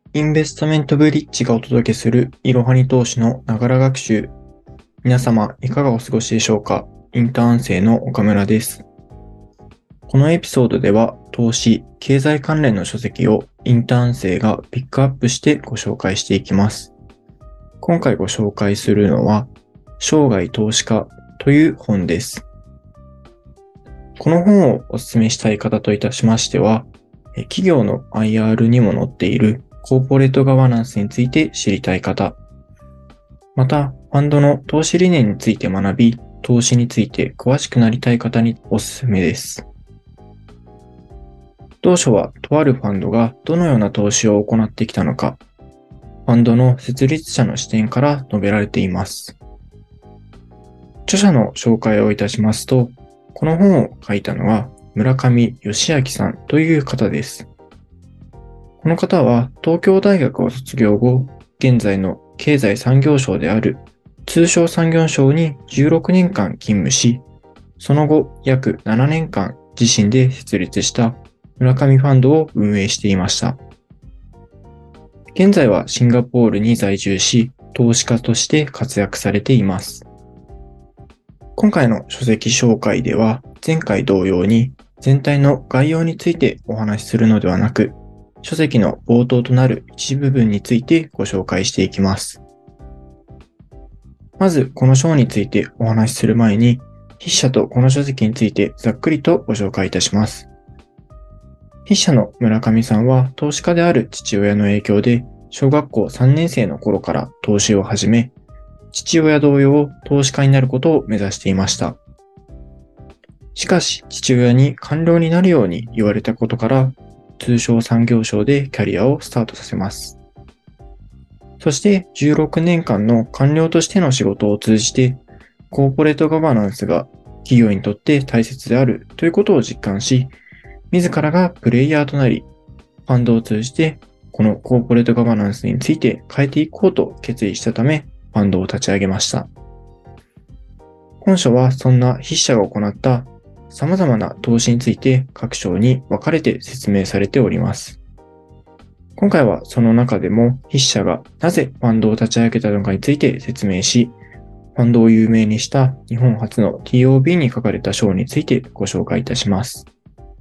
インベストメントブリッジがお届けするいろはに投資のながら学習。皆様いかがお過ごしでしょうか。インターン生の岡村です。このエピソードでは投資、経済関連の書籍をインターン生がピックアップしてご紹介していきます。今回ご紹介するのは生涯投資家という本です。この本をお勧めしたい方といたしましては、企業の IR にも載っているコーポレートガバナンスについて知りたい方、また、ファンドの投資理念について学び、投資について詳しくなりたい方におすすめです。当初はとあるファンドがどのような投資を行ってきたのか、ファンドの設立者の視点から述べられています。著者の紹介をいたしますと、この本を書いたのは村上義明さんという方です。この方は東京大学を卒業後、現在の経済産業省である通商産業省に16年間勤務し、その後約7年間自身で設立した村上ファンドを運営していました。現在はシンガポールに在住し、投資家として活躍されています。今回の書籍紹介では前回同様に全体の概要についてお話しするのではなく、書籍の冒頭となる一部分についてご紹介していきます。まず、この章についてお話しする前に、筆者とこの書籍についてざっくりとご紹介いたします。筆者の村上さんは投資家である父親の影響で、小学校3年生の頃から投資を始め、父親同様投資家になることを目指していました。しかし、父親に官僚になるように言われたことから、通商産業省でキャリアをスタートさせます。そして16年間の官僚としての仕事を通じて、コーポレートガバナンスが企業にとって大切であるということを実感し、自らがプレイヤーとなり、ファンドを通じてこのコーポレートガバナンスについて変えていこうと決意したため、ファンドを立ち上げました。本書はそんな筆者が行った様々な投資について各章に分かれて説明されております。今回はその中でも筆者がなぜファンドを立ち上げたのかについて説明し、ファンドを有名にした日本初の TOB に書かれた章についてご紹介いたします。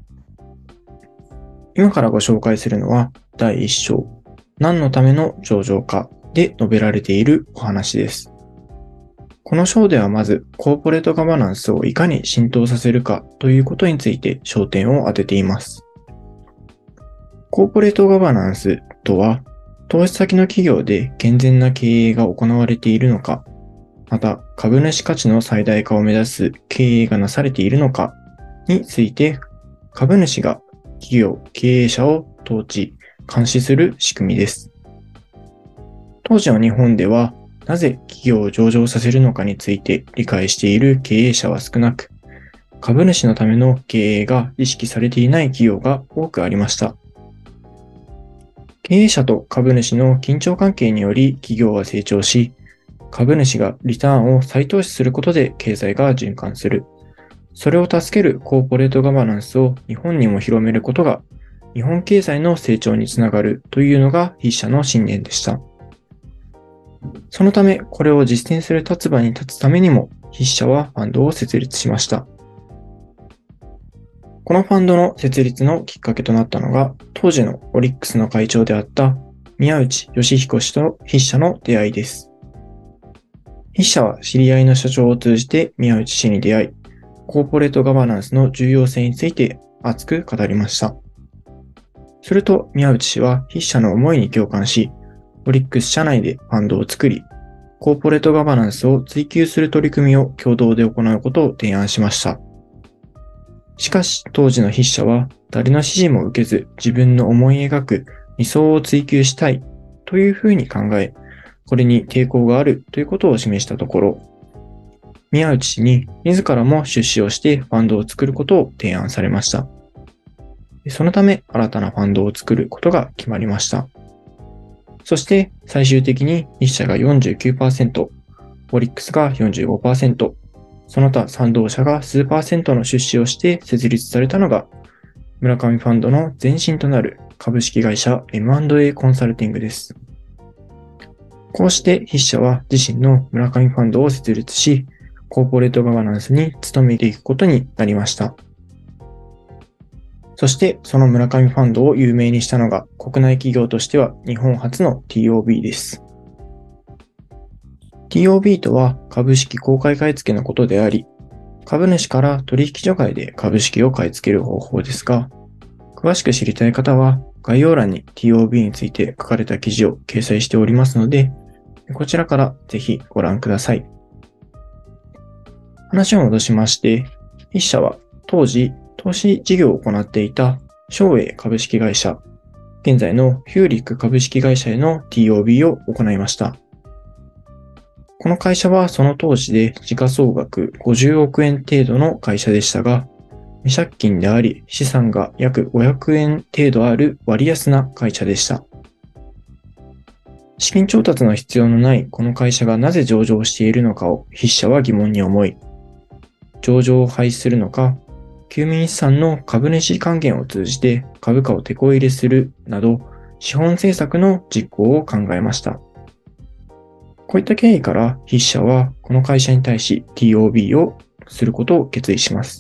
今からご紹介するのは第1章、何のための上場かで述べられているお話です。この章ではまずコーポレートガバナンスをいかに浸透させるかということについて焦点を当てています。コーポレートガバナンスとは、投資先の企業で健全な経営が行われているのか、また株主価値の最大化を目指す経営がなされているのかについて、株主が企業経営者を統治、監視する仕組みです。当時の日本では、なぜ企業を上場させるのかについて理解している経営者は少なく、株主のための経営が意識されていない企業が多くありました。経営者と株主の緊張関係により企業は成長し、株主がリターンを再投資することで経済が循環する。それを助けるコーポレートガバナンスを日本にも広めることが日本経済の成長につながるというのが筆者の信念でした。そのため、これを実践する立場に立つためにも、筆者はファンドを設立しました。このファンドの設立のきっかけとなったのが、当時のオリックスの会長であった宮内義彦氏と筆者の出会いです。筆者は知り合いの社長を通じて宮内氏に出会い、コーポレートガバナンスの重要性について熱く語りました。すると宮内氏は筆者の思いに共感し、オリックス社内でファンドを作り、コーポレートガバナンスを追求する取り組みを共同で行うことを提案しました。しかし、当時の筆者は誰の指示も受けず自分の思い描く理想を追求したいというふうに考え、これに抵抗があるということを示したところ、宮内氏に自らも出資をしてファンドを作ることを提案されました。そのため新たなファンドを作ることが決まりました。そして最終的に筆者が 49%、オリックスが 45%、その他賛同者が数%の出資をして設立されたのが村上ファンドの前身となる株式会社 M&A コンサルティングです。こうして筆者は自身の村上ファンドを設立し、コーポレートガバナンスに努めていくことになりました。そしてその村上ファンドを有名にしたのが国内企業としては日本初の TOB です。TOB とは株式公開買い付けのことであり、株主から取引所外で株式を買い付ける方法ですが、詳しく知りたい方は概要欄に TOB について書かれた記事を掲載しておりますので、こちらからぜひご覧ください。話を戻しまして、筆者は当時投資事業を行っていた商栄株式会社、現在のヒューリック株式会社への TOB を行いました。この会社はその当時で時価総額50億円程度の会社でしたが、未借金であり資産が約500円程度ある割安な会社でした。資金調達の必要のないこの会社がなぜ上場しているのかを筆者は疑問に思い、上場を廃止するのか、休眠資産の株主還元を通じて株価を手こ入れするなど、資本政策の実行を考えました。こういった経緯から筆者はこの会社に対し TOB をすることを決意します。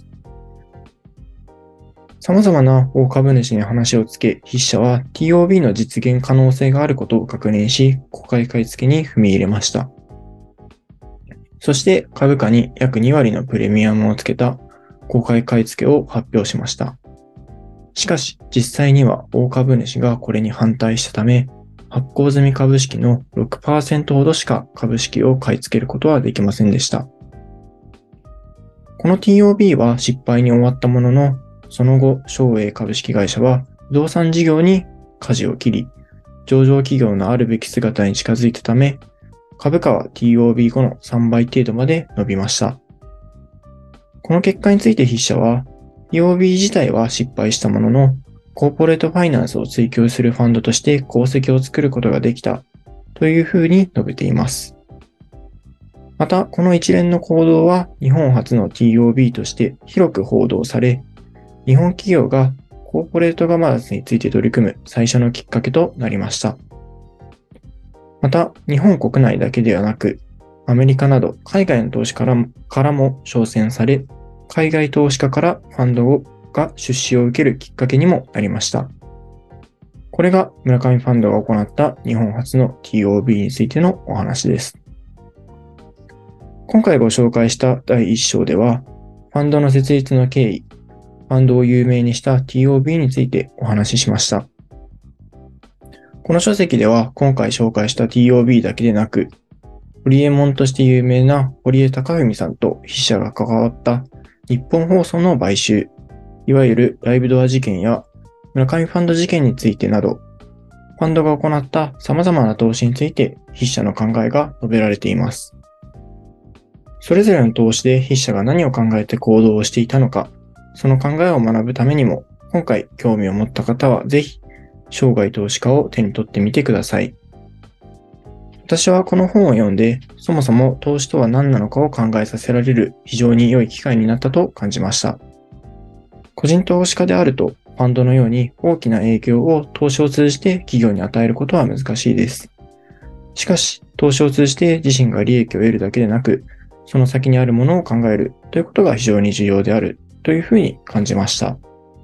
様々な大株主に話をつけ、筆者は TOB の実現可能性があることを確認し、公開買い付けに踏み入れました。そして株価に約2割のプレミアムをつけた公開買い付けを発表しました。しかし実際には大株主がこれに反対したため、発行済み株式の 6% ほどしか株式を買い付けることはできませんでした。この TOB は失敗に終わったものの、その後、商栄株式会社は不動産事業に舵を切り、上場企業のあるべき姿に近づいたため、株価は TOB 後の3倍程度まで伸びました。この結果について筆者は、TOB 自体は失敗したものの、コーポレートファイナンスを追求するファンドとして功績を作ることができたというふうに述べています。また、この一連の行動は日本初の TOB として広く報道され、日本企業がコーポレートガバナンスについて取り組む最初のきっかけとなりました。また、日本国内だけではなく、アメリカなど海外の投資家からも称賛され、海外投資家からファンドが出資を受けるきっかけにもなりました。これが村上ファンドが行った日本初の TOB についてのお話です。今回ご紹介した第1章では、ファンドの設立の経緯、ファンドを有名にした TOB についてお話ししました。この書籍では今回紹介した TOB だけでなく、ホリエモンとして有名な堀江貴文さんと筆者が関わった日本放送の買収、いわゆるライブドア事件や村上ファンド事件についてなど、ファンドが行った様々な投資について筆者の考えが述べられています。それぞれの投資で筆者が何を考えて行動をしていたのか、その考えを学ぶためにも、今回興味を持った方はぜひ、生涯投資家を手に取ってみてください。私はこの本を読んで、そもそも投資とは何なのかを考えさせられる非常に良い機会になったと感じました。個人投資家であると、ファンドのように大きな影響を投資を通じて企業に与えることは難しいです。しかし、投資を通じて自身が利益を得るだけでなく、その先にあるものを考えるということが非常に重要であるというふうに感じました。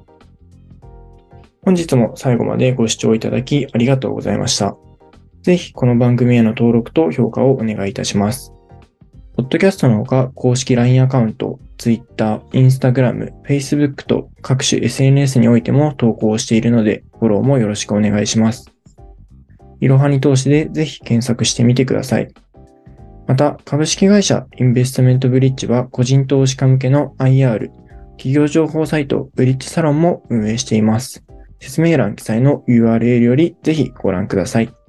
本日も最後までご視聴いただきありがとうございました。ぜひこの番組への登録と評価をお願いいたします。ポッドキャストのほか公式 LINE アカウント、Twitter、Instagram、Facebook と各種 SNS においても投稿しているのでフォローもよろしくお願いします。いろはに投資でぜひ検索してみてください。また、株式会社インベストメントブリッジは個人投資家向けの IR、企業情報サイトブリッジサロンも運営しています。説明欄記載の URL よりぜひご覧ください。